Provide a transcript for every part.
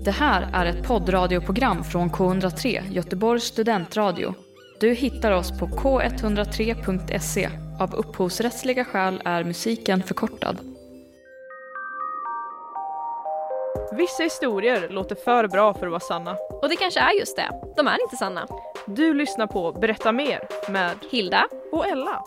Det här är ett poddradioprogram från K103, Göteborgs studentradio. Du hittar oss på k103.se. Av upphovsrättsliga skäl är musiken förkortad. Vissa historier låter för bra för att vara sanna. Och det kanske är just det. De är inte sanna. Du lyssnar på Berätta mer med Hilda och Ella.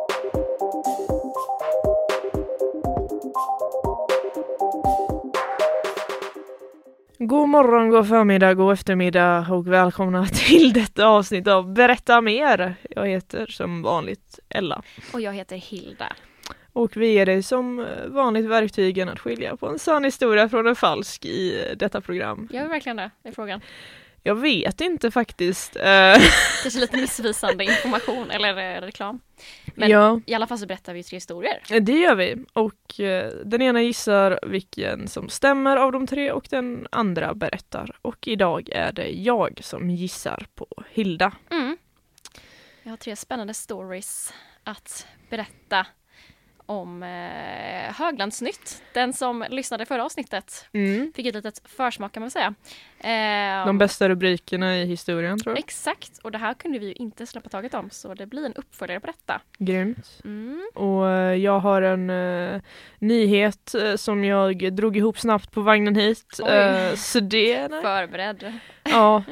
God morgon, god förmiddag, god eftermiddag och välkomna till detta avsnitt av Berätta mer. Jag heter som vanligt Ella. och jag heter Hilda. Och vi är det som vanligt verktygen att skilja på en sann historia från en falsk i detta program. Gör vi verkligen det? Det är frågan. Jag vet inte faktiskt. Kanske lite missvisande information eller reklam. Men ja, i alla fall så berättar vi 3 historier. det gör vi. Och den ena gissar vilken som stämmer av de 3 och den andra berättar. Och idag är det jag som gissar på Hilda. Mm. Jag har 3 spännande stories att berätta om Höglandsnytt. Den som lyssnade förra avsnittet fick ett litet försmak kan man säga. De bästa rubrikerna i historien tror jag. Exakt, och det här kunde vi ju inte släppa taget om, så det blir en uppföljare på detta. Grymt. Och jag har en nyhet som jag drog ihop snabbt på vagnen hit. Så det är... Förberedd. Ja.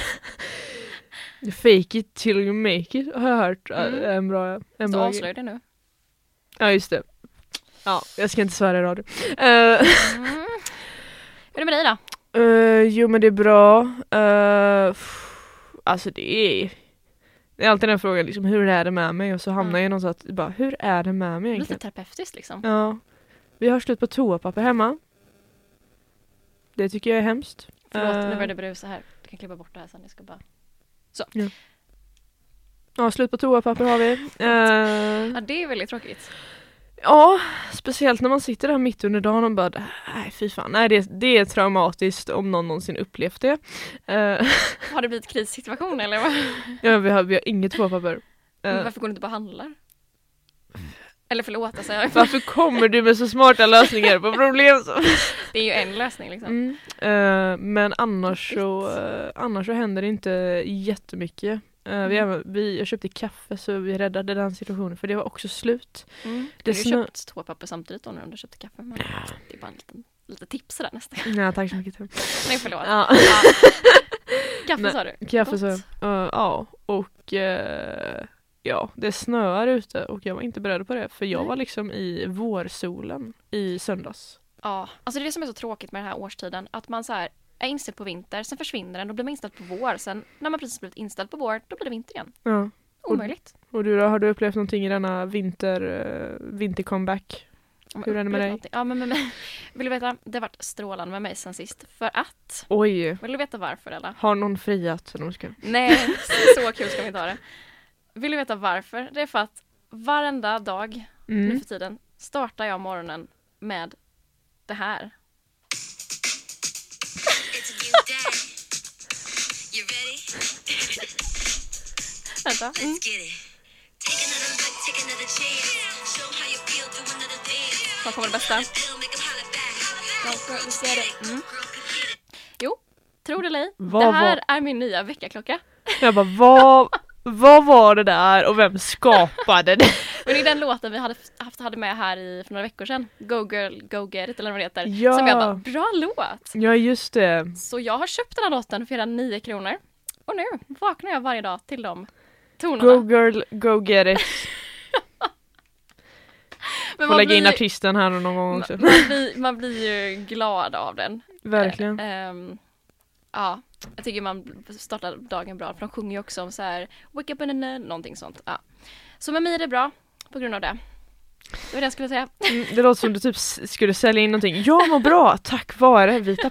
Fake it till you make it har jag hört. En bra Så avslöjar det nu. Ja, just det. Ja, jag ska inte svära i radio. Hur är det med dig då? Jo, men det är bra. Alltså det är alltid den frågan, liksom, hur är det med mig? Och så hamnar jag någonstans att bara, hur är det med mig egentligen? Lite terapeutiskt liksom. Ja. Vi har slut på toapapper hemma. Det tycker jag är hemskt. Förlåt, nu börjar det brusa här. Du kan klippa bort det här sen. Jag ska bara... Så. Ja, slut på toapapper har vi. Ja, det är väldigt tråkigt. Ja, speciellt när man sitter där mitt under dagen och bara, nej fy fan, nej det är traumatiskt om någon någonsin upplevt det. Har det blivit krissituation eller vad? Ja, vi har inget toapapper. Men varför går du inte bara och handlar? Eller förlåt, alltså. Varför kommer du med så smarta lösningar på problem? Det är ju en lösning liksom. Men annars så händer det inte jättemycket. Jag köpte kaffe så vi räddade den situationen för det var också slut. Du köpt toapapper samtidigt då när du köpte kaffe. Men det är bara lite tips där nästan. Ja, tack så mycket. Nej, förlåt. Ja. Kaffe sa du? Kaffe sa jag. Ja, och ja, det snöar ute och jag var inte beredd på det för jag var liksom i vårsolen i söndags. Ja, alltså det är det som är så tråkigt med den här årstiden. Att man så här är inställd på vinter, sen försvinner den, då blir man inställd på vår. Sen när man precis blivit inställd på vår, då blir det vinter igen. Ja. Omöjligt. Och du då, har du upplevt någonting i denna vintercomeback? Hur är det med dig? Ja, men vill du veta, det har varit strålande med mig sen sist. För att... Oj. Vill du veta varför, eller? Har någon friat? Nej, så kul ska vi ta det. Vill du veta varför? Det är för att varenda dag nu för tiden startar jag morgonen med det här. Vänta. Vad kommer det bästa? Vi ser det. Jo, tror det eller ej. Det här är min nya väckarklocka. Jag bara, vad var det där och vem skapade det? Men det är den låten vi hade med här för några veckor sedan. Go Girl, Go Get It eller vad det heter. Ja. Som jag bara, bra låt. Ja, just det. Så jag har köpt den här låten för hela 9 kronor. Och nu vaknar jag varje dag till de tonerna. Go Girl, Go Get It. Men får lägga in artisten här någon gång också. Man blir ju glad av den. Verkligen. Ja, jag tycker man startar dagen bra. För de sjunger ju också om så här wake up and någonting sånt. Ja. Så med mig är det bra på grund av det. Det var det jag skulle säga. Det låter som du typ skulle sälja in någonting. Jag mår bra, tack vare vita...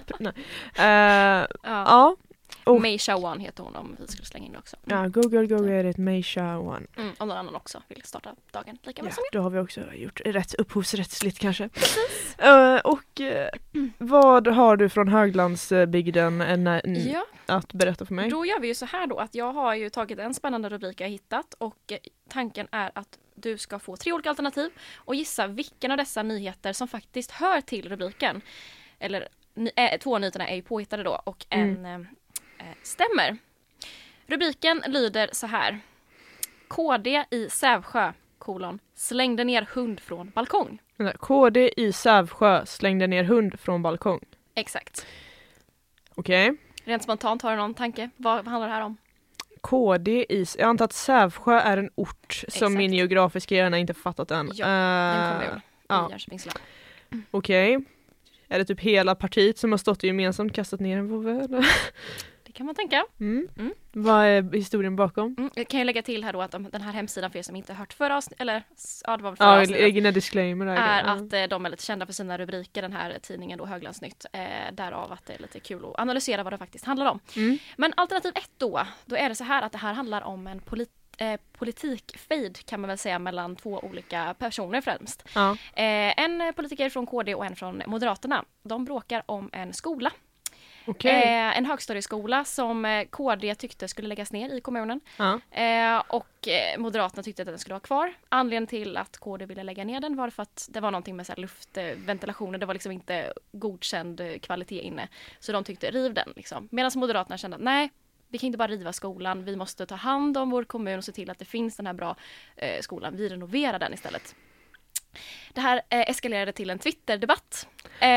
Ja. Och Meisha One heter hon om vi skulle slänga in det också. Ja, Go Girl, Go Get It, Meisha One. Om någon annan också vill starta dagen lika bra som jag. Då har vi också gjort rätt upphovsrättsligt kanske. Och vad har du från Höglandsbygden att berätta för mig? Då gör vi ju så här då att jag har ju tagit en spännande rubrik jag hittat och tanken är att du ska få 3 olika alternativ och gissa vilken av dessa nyheter som faktiskt hör till rubriken. Eller två nyheterna är ju påhittade då och en stämmer. Rubriken lyder så här. KD i Sävsjö, slängde ner hund från balkong. KD i Sävsjö slängde ner hund från balkong. Exakt. Okej. Rent spontant, har du någon tanke? Vad handlar det här om? KD i... Jag antar att Sävsjö är en ort som min geografiska hjärna inte fattat än. Ja, den kommer ju i Jönköpings län. Okej. Är det typ hela partiet som har stått gemensamt kastat ner en vovve? Det kan man tänka. Vad är historien bakom? Jag kan ju lägga till här då att den här hemsidan, för er som inte har hört förra avsnittet, disclaimer är att de är lite kända för sina rubriker, den här tidningen då, Höglandsnytt. Därav att det är lite kul att analysera vad det faktiskt handlar om. Men alternativ 1 då är det så här att det här handlar om en politikfejd, kan man väl säga, mellan två olika personer främst. Ja. En politiker från KD och en från Moderaterna. De bråkar om en skola. Okay. En högstadieskola som KD tyckte skulle läggas ner i kommunen. Och Moderaterna tyckte att den skulle vara kvar. Anledningen till att KD ville lägga ner den var för att det var någonting med så här luftventilationen. Det var liksom inte godkänd kvalitet inne. Så de tyckte riv den liksom. Medan Moderaterna kände att nej, vi kan inte bara riva skolan. Vi måste ta hand om vår kommun och se till att det finns den här bra skolan. Vi renoverar den istället. Det här eskalerade till en Twitter-debatt.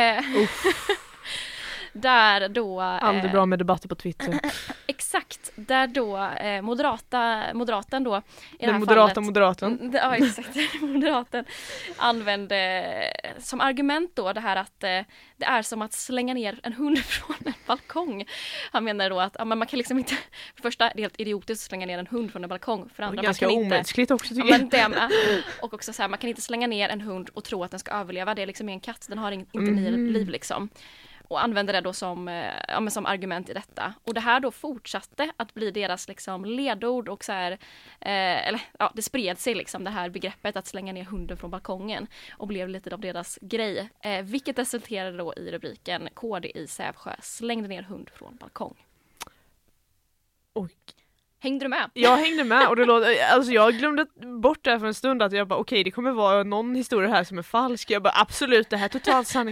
Där då... Aldrig bra med debatter på Twitter. Exakt, där då moderaten då... Moderaten. Ja, exakt. Moderaten använde som argument då det här att det är som att slänga ner en hund från en balkong. Han menar då att man kan liksom inte... För första, det är helt idiotiskt att slänga ner en hund från en balkong. För andra, ganska omänskligt också, tycker jag. Men och också så här, man kan inte slänga ner en hund och tro att den ska överleva. Det är liksom en katt, den har inte liv liksom. Och använde det då som argument i detta. Och det här då fortsatte att bli deras liksom ledord och så här, det spred sig liksom det här begreppet att slänga ner hunden från balkongen och blev lite av deras grej. Vilket resulterade då i rubriken KD i Sävsjö slängde ner hund från balkong. Och hängde du med? Jag hängde med och det alltså jag glömde bort det för en stund att jag bara okej, det kommer vara någon historia här som är falsk. Jag bara absolut, det här är totalt sanning.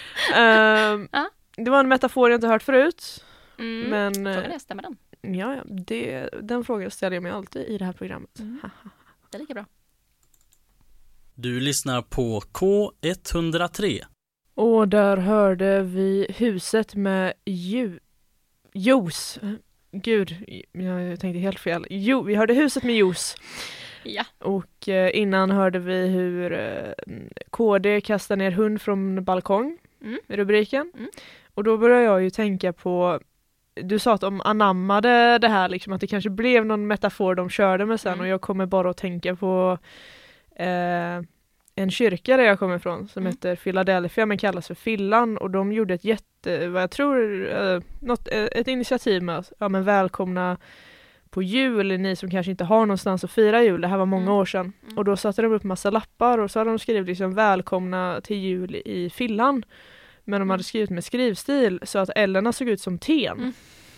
Det var en metafor jag inte hört förut. Men frågan är, stämmer den? Ja, den frågan ställer jag mig alltid i det här programmet. Det är lika bra. Du lyssnar på K103. Och där hörde vi huset med juice. Gud, jag tänkte helt fel. Jo, vi hörde huset med juice. Ja. Och innan hörde vi hur KD kastar ner hund från balkong i rubriken. Och då började jag ju tänka på, du sa att de anammade det här liksom, att det kanske blev någon metafor de körde med sen. Och jag kommer bara att tänka på en kyrka där jag kommer ifrån som heter Philadelphia men kallas för Fillan, och de gjorde ett vad jag tror ett initiativ med men välkomna på jul, ni som kanske inte har någonstans att fira jul. Det här var många år sedan. Och då satte de upp massa lappar och så hade de skrivit liksom välkomna till jul i Fillan. Men de hade skrivit med skrivstil så att L-erna såg ut som ten.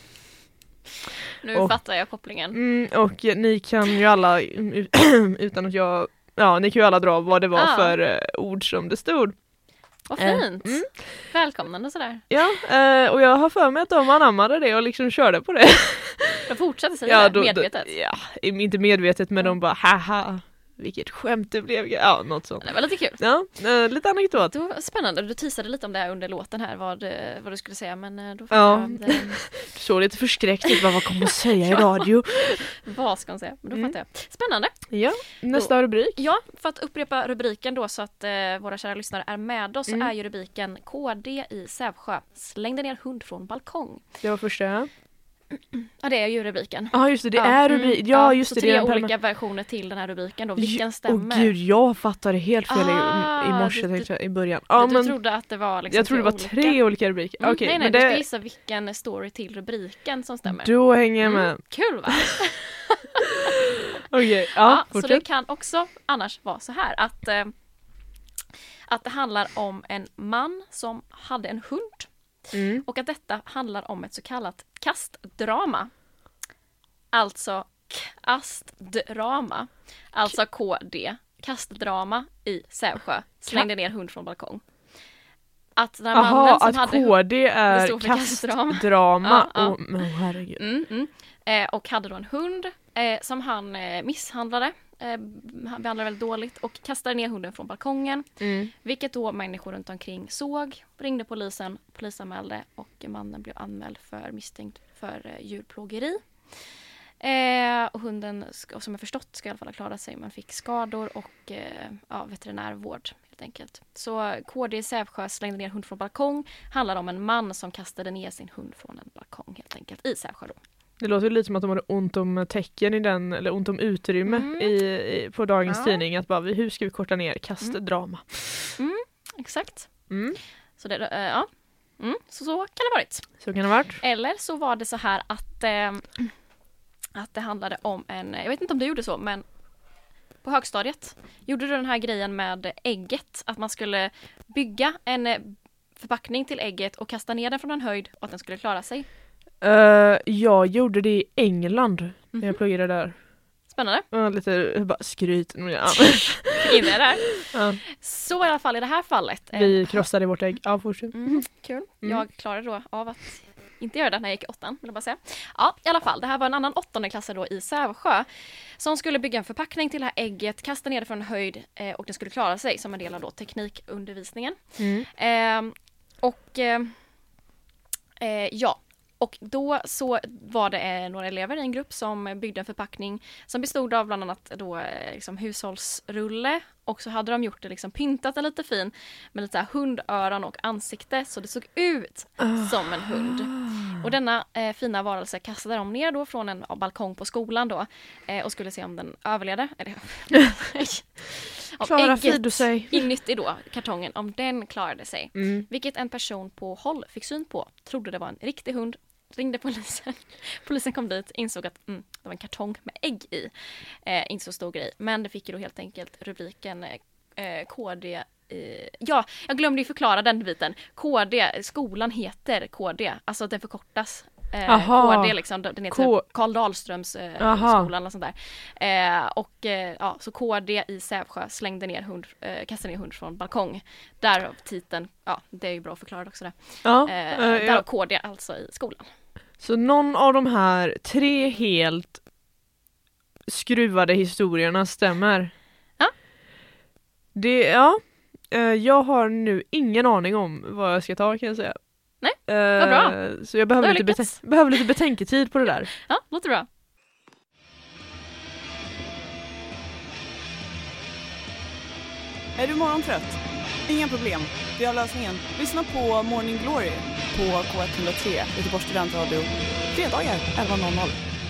Nu fattar jag kopplingen. Och ni kan ju alla utan att jag ni kan ju alla dra vad det var för ord som det stod. Vad fint. Välkomnande sådär. Ja, och jag har för mig att de anammade det och liksom körde på det. De fortsatte säga det medvetet. Inte medvetet, men de bara haha, vilket skämt det blev. Ja, något sånt. Det var lite kul. Ja, lite anekdot. Spännande. Du teasade lite om det här under låten här, vad du skulle säga, men då du såg lite förskräckt ut, vad kommer att säga i radio. Vad ska hon säga? Men då fattar jag. Spännande. Ja, nästa rubrik. Ja, för att upprepa rubriken då så att våra kära lyssnare är med oss, så är ju rubriken KD i Sävsjö slängde ner hund från balkong. Det var första. Ja, det är ju rubriken. Ja, just det, det är rubrik. Ja, just så det. Tre olika versioner till den här rubriken då. Vilken stämmer? Gud, jag fattade helt fel i morse i början. Ja, du trodde att det var liksom jag trodde det var tre olika rubriker. Okay, nej, men du ska gissa vilken story till rubriken som stämmer. Då hänger jag med. Kul, va? Okej, så det kan också annars vara så här att det handlar om en man som hade en hund. Och att detta handlar om ett så kallat kastdrama. Alltså kastdrama. Alltså KD. Kastdrama i Sävsjö. Slängde ner hund från balkong. Att den här mannen som hade KD är stod för kastdrama. Ja. Herregud. Och hade då en hund som han misshandlade. Han behandlade väldigt dåligt och kastade ner hunden från balkongen. Vilket då människor runt omkring såg, ringde polisen, polisanmälde och mannen blev anmäld för misstänkt för djurplågeri. Och hunden, som jag förstått, ska i alla fall ha klarat sig, men fick skador och veterinärvård helt enkelt. Så KD i Sävsjö slängde ner hund från balkong handlar om en man som kastade ner sin hund från en balkong helt enkelt i Sävsjö då. Det låter lite som att de hade ont om tecken i den, eller ont om utrymme på dagens tidning. Att bara, hur ska vi korta ner kastdrama? Exakt. Så det, så kan det ha varit. Så kan det ha varit. Eller så var det så här att det handlade om jag vet inte om du gjorde så, men på högstadiet gjorde du den här grejen med ägget. Att man skulle bygga en förpackning till ägget och kasta ner den från en höjd och att den skulle klara sig. Jag gjorde det i England när jag pluggade där. Spännande. Lite bara skryt. Inne där. Så i alla fall i det här fallet. Vi krossade vårt ägg. Ja, fortsätt. Kul. Jag klarade då av att inte göra det när jag gick i 8:an, vill jag bara säga. Ja, i alla fall. Det här var en annan 8:e-klassare då i Sävsjö som skulle bygga en förpackning till det här ägget, kasta ner det från en höjd och det skulle klara sig som en del av då teknikundervisningen. Och då så var det några elever i en grupp som byggde en förpackning som bestod av bland annat då liksom hushållsrulle, och så hade de gjort det liksom pyntat en lite fin med lite hundöron och ansikte så det såg ut som en hund. Och denna fina varelse kastade de ner då från en balkong på skolan då och skulle se om den överlevde. Klara Fido sig. Inuti då kartongen, om den klarade sig. Vilket en person på håll fick syn på, trodde det var en riktig hund. Ringde polisen. Polisen kom dit, insåg att det var en kartong med ägg i. Inte så stor grej. Men det fick ju då helt enkelt rubriken KD. Jag glömde ju förklara den biten. KD, skolan heter KD. Alltså den förkortas. KD liksom, den heter Karl Dahlströms skolan och sånt där. Så KD i Sävsjö slängde ner kastade ner hund från balkong. Därav titeln, det är ju bra förklarat också det. Därav KD alltså i skolan. Så någon av de här 3 helt skruvade historierna stämmer? Ja. Jag har nu ingen aning om vad jag ska ta, kan jag säga. Nej, vad bra. Så jag behöver lite betänketid på det där. Ja, låter bra. Är du morgontrött? Inga problem, vi har lösningen. Lyssna på Morning Glory på K103, Göteborgs studentradio. Fredagar 11:00.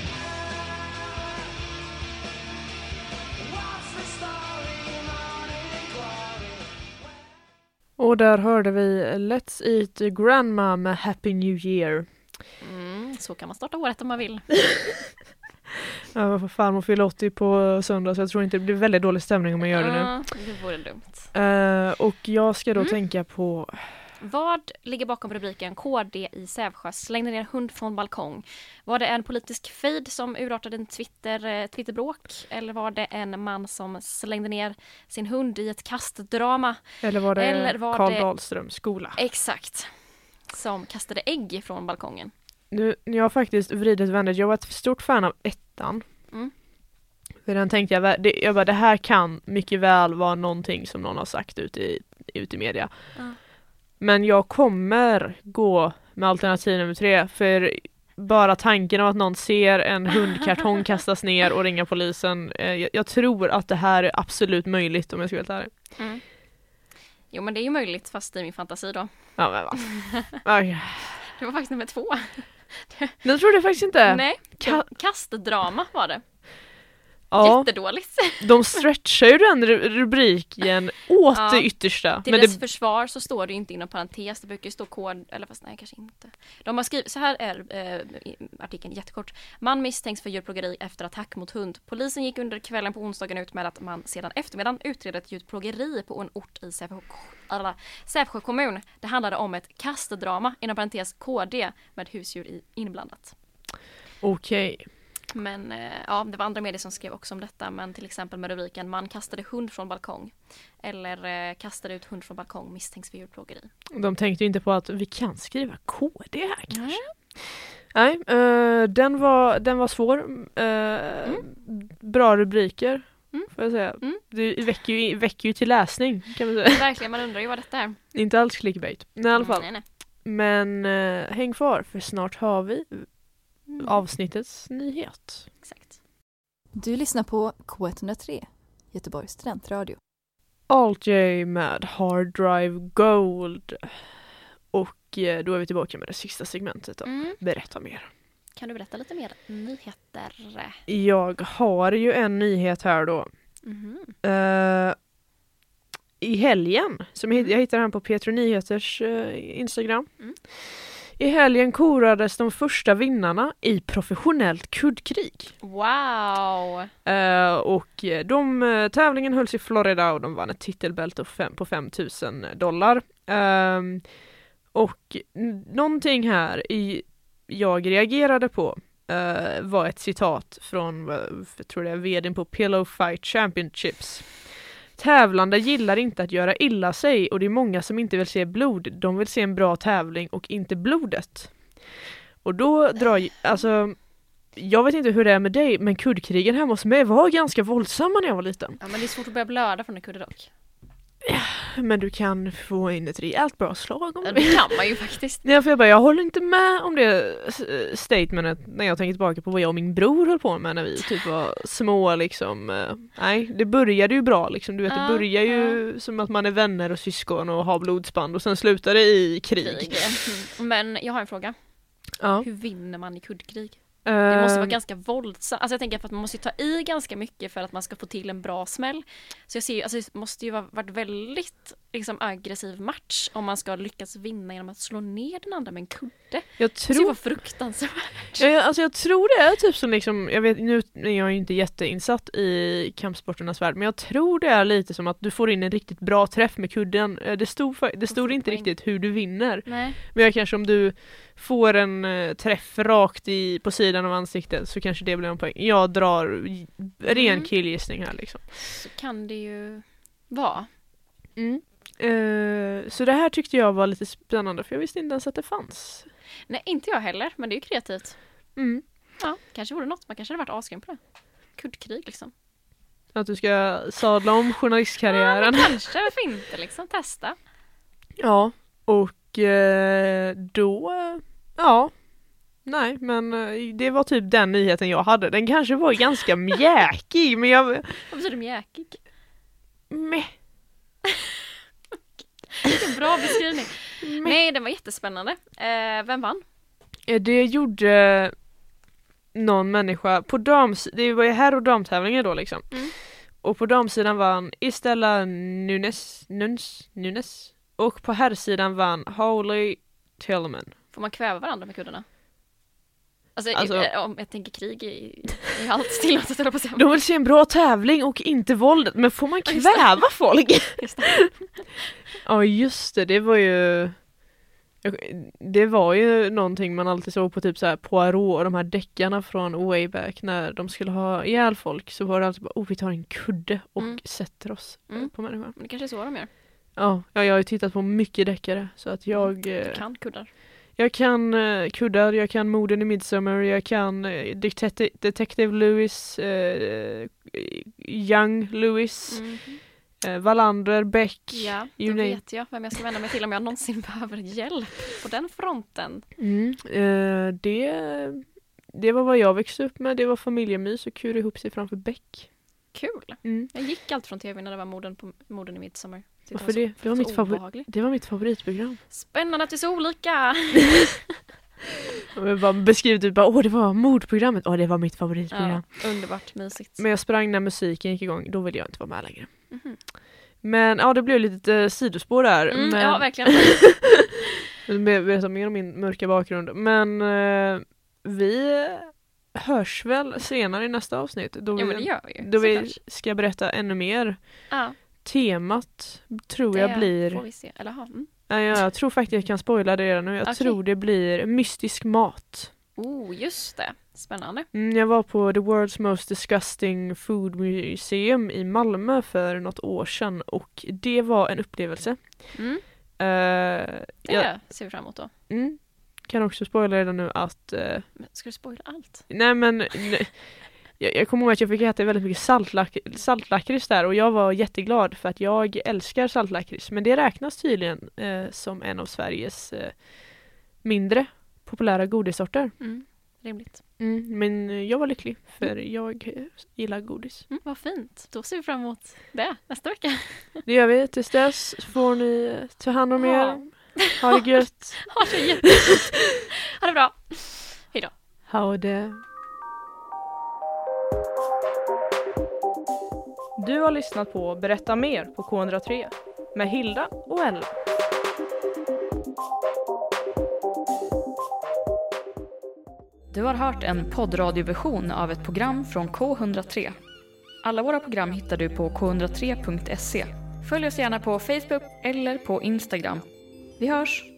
Och där hörde vi Let's Eat Grandma med Happy New Year. Så kan man starta året om man vill. Ja, för fan, man fyller 80 på söndag, så jag tror inte det blir väldigt dålig stämning om man gör det nu. Det vore dumt. Och jag ska då tänka på... Vad ligger bakom rubriken KD i Sävsjö slängde ner hund från balkong? Var det en politisk fejd som urartade en Twitterbråk? Eller var det en man som slängde ner sin hund i ett kastdrama? Eller var det Karl Dahlströms skola? Exakt. Som kastade ägg från balkongen. Nu, jag har faktiskt vridit vändet. Jag var ett stort fan av 1:an. För den tänkte jag bara, det här kan mycket väl vara någonting som någon har sagt ut i media. Men jag kommer gå med alternativ nummer 3, för bara tanken av att någon ser en hundkartong kastas ner och ringa polisen. Jag tror att det här är absolut möjligt, om jag ska vara helt ärlig. Jo, men det är ju möjligt, fast i min fantasi då. Ja, men Det var faktiskt nummer 2. Jag tror det faktiskt inte. Nej, kastdrama var det. Ja, jättedåligt. De stretchar ju den rubriken åt det yttersta. Till dess försvar så står det inte inom parentes. Det brukar ju stå kod, eller fast nej, kanske inte. De har skrivit, så här är artikeln jättekort. Man misstänks för djurplågeri efter attack mot hund. Polisen gick under kvällen på onsdagen ut med att man sedan eftermiddagen utreder ett djurplågeri på en ort i Sävsjö kommun. Det handlade om ett kastdrama, inom parentes KD, med husdjur inblandat. Okej. Men ja, det var andra medier som skrev också om detta, men till exempel med rubriken "Man kastade hund från balkong" eller "Kastade ut hund från balkong misstänks för djurplågeri". De tänkte ju inte på att vi kan skriva KD här kanske. Nej, den var svår. Bra rubriker, får jag säga. Det väcker ju till läsning, kan man säga. Verkligen, man undrar ju vad detta är. Inte alls clickbait, men i alla fall. Nej. Men häng kvar, för snart har vi avsnittets nyhet. Exakt. Du lyssnar på K103, Göteborgs studentradio. Alt-J med Hard Drive Gold. Och då är vi tillbaka med det sista segmentet då. Berätta mer. Kan du berätta lite mer nyheter? Jag har ju en nyhet här då. I helgen, som jag hittar den på Petro Nyheters Instagram. I helgen korades de första vinnarna i professionellt kuddkrig. Wow! Och tävlingen hölls i Florida och de vann ett titelbälte på $5,000. Och någonting här jag reagerade på var ett citat från, jag tror det är vdn på Pillow Fight Championships. Tävlande gillar inte att göra illa sig och det är många som inte vill se blod. De vill se en bra tävling och inte blodet. Och då jag vet inte hur det är med dig, men kuddkrigen hemma hos mig var ganska våldsamma när jag var liten. Ja, men det är svårt att börja blöda från en kudde dock. Men du kan få in ett rejält bra slag om det kan man ju faktiskt. Ja, för jag håller inte med om det statementet när jag tänker tillbaka på vad jag och min bror höll på med när vi typ var små liksom. Nej, det började ju bra liksom. Du vet, det börjar ju som att man är vänner och syskon och har blodsband och sen slutar det i krig. Men jag har en fråga. Ja. Hur vinner man i kuddkrig? Det måste vara ganska våldsamt. Alltså jag tänker att man måste ta i ganska mycket för att man ska få till en bra smäll. Så jag ser ju, alltså det måste ju varit väldigt liksom aggressiv match om man ska lyckas vinna genom att slå ner den andra med en kudde. Jag tror det var fruktansvärt. Jag tror det är typ som liksom, jag vet nu är jag ju inte jätteinsatt i kampsporternas värld, men jag tror det är lite som att du får in en riktigt bra träff med kudden. Det stod inte riktigt hur du vinner. Nej. Men jag kanske om du får en träff rakt på sidan av ansiktet så kanske det blir en poäng. Jag drar ren killgissning här liksom. Så kan det ju vara. Så det här tyckte jag var lite spännande för jag visste inte ens att det fanns. Nej, inte jag heller, men det är ju kreativt. Ja, kanske vore något. Man kanske hade varit asgrym på det. Kuddkrig liksom. Att du ska sadla om journalistkarriären. Ja, kanske, varför inte liksom, testa. Ja, och då nej, men det var typ den nyheten jag hade. Den kanske var ganska mjäkig, men jag... Vad betyder mjäkig? Vilken bra beskrivning. Nej, den var jättespännande. Vem vann? Det gjorde någon människa på det var ju herr- och damtävlingar då liksom. Och på damsidan vann Istella Nunes och på herrsidan vann Holly Tillman. Får man kväva varandra med kuddarna? Alltså om jag tänker krig är allt tillåtet, eller på att säga. De vill se en bra tävling och inte våldet, men får man kväva folk? Just det. Ja, just det. Det var ju någonting man alltid såg på typ så här Poirot och de här deckarna från way back när de skulle ha ihjäl folk, så var det alltid bara, vi tar en kudde och sätter oss på människan. Men det kanske är så de gör. Ja, jag har ju tittat på mycket deckare så att jag... Du kan kuddar. Jag kan kuddar, jag kan morden i Midsommar, jag kan Detective Lewis, Young Lewis, Wallander, Beck. Ja, då vet jag vem jag ska vända mig till om jag någonsin behöver hjälp på den fronten. Det var vad jag växte upp med, det var familjemys och kura ihop sig framför Beck. Kul. Jag gick allt från tv när det var morden i Midsommar. Varför det? Det var mitt favoritprogram. Spännande att det är så olika. Jag bara beskrev typ det var mordprogrammet. Det var mitt favoritprogram. Ja, underbart, mysigt. Men jag sprang när musiken gick igång. Då ville jag inte vara med längre. Men det blev lite sidospår där. Men... Ja, verkligen. Jag vill berätta mer om min mörka bakgrund. Men vi hörs väl senare i nästa avsnitt. Då vi ska berätta ännu mer. Ja. Temat tror jag blir... Får vi se. Eller, jag tror faktiskt jag kan spoila det redan nu. Jag tror det blir mystisk mat. Just det. Spännande. Jag var på The World's Most Disgusting Food Museum i Malmö för något år sedan och det var en upplevelse. Det ser vi fram emot då. Kan också spoila redan nu att... Ska du spoila allt? Nej men... Jag kommer ihåg att jag fick äta väldigt mycket saltlakrits där och jag var jätteglad för att jag älskar saltlakrits. Men det räknas tydligen som en av Sveriges mindre populära godissorter. Rimligt. Men jag var lycklig för jag gillar godis. Vad fint. Då ser vi fram emot det nästa vecka. Det gör vi. Tills dess får ni ta hand om er. Ha det gött. Ha det jättefint. Ha det bra. Hej då. Ha det. Du har lyssnat på Berätta mer på K103 med Hilda och Ella. Du har hört en poddradioversion av ett program från K103. Alla våra program hittar du på k103.se. Följ oss gärna på Facebook eller på Instagram. Vi hörs!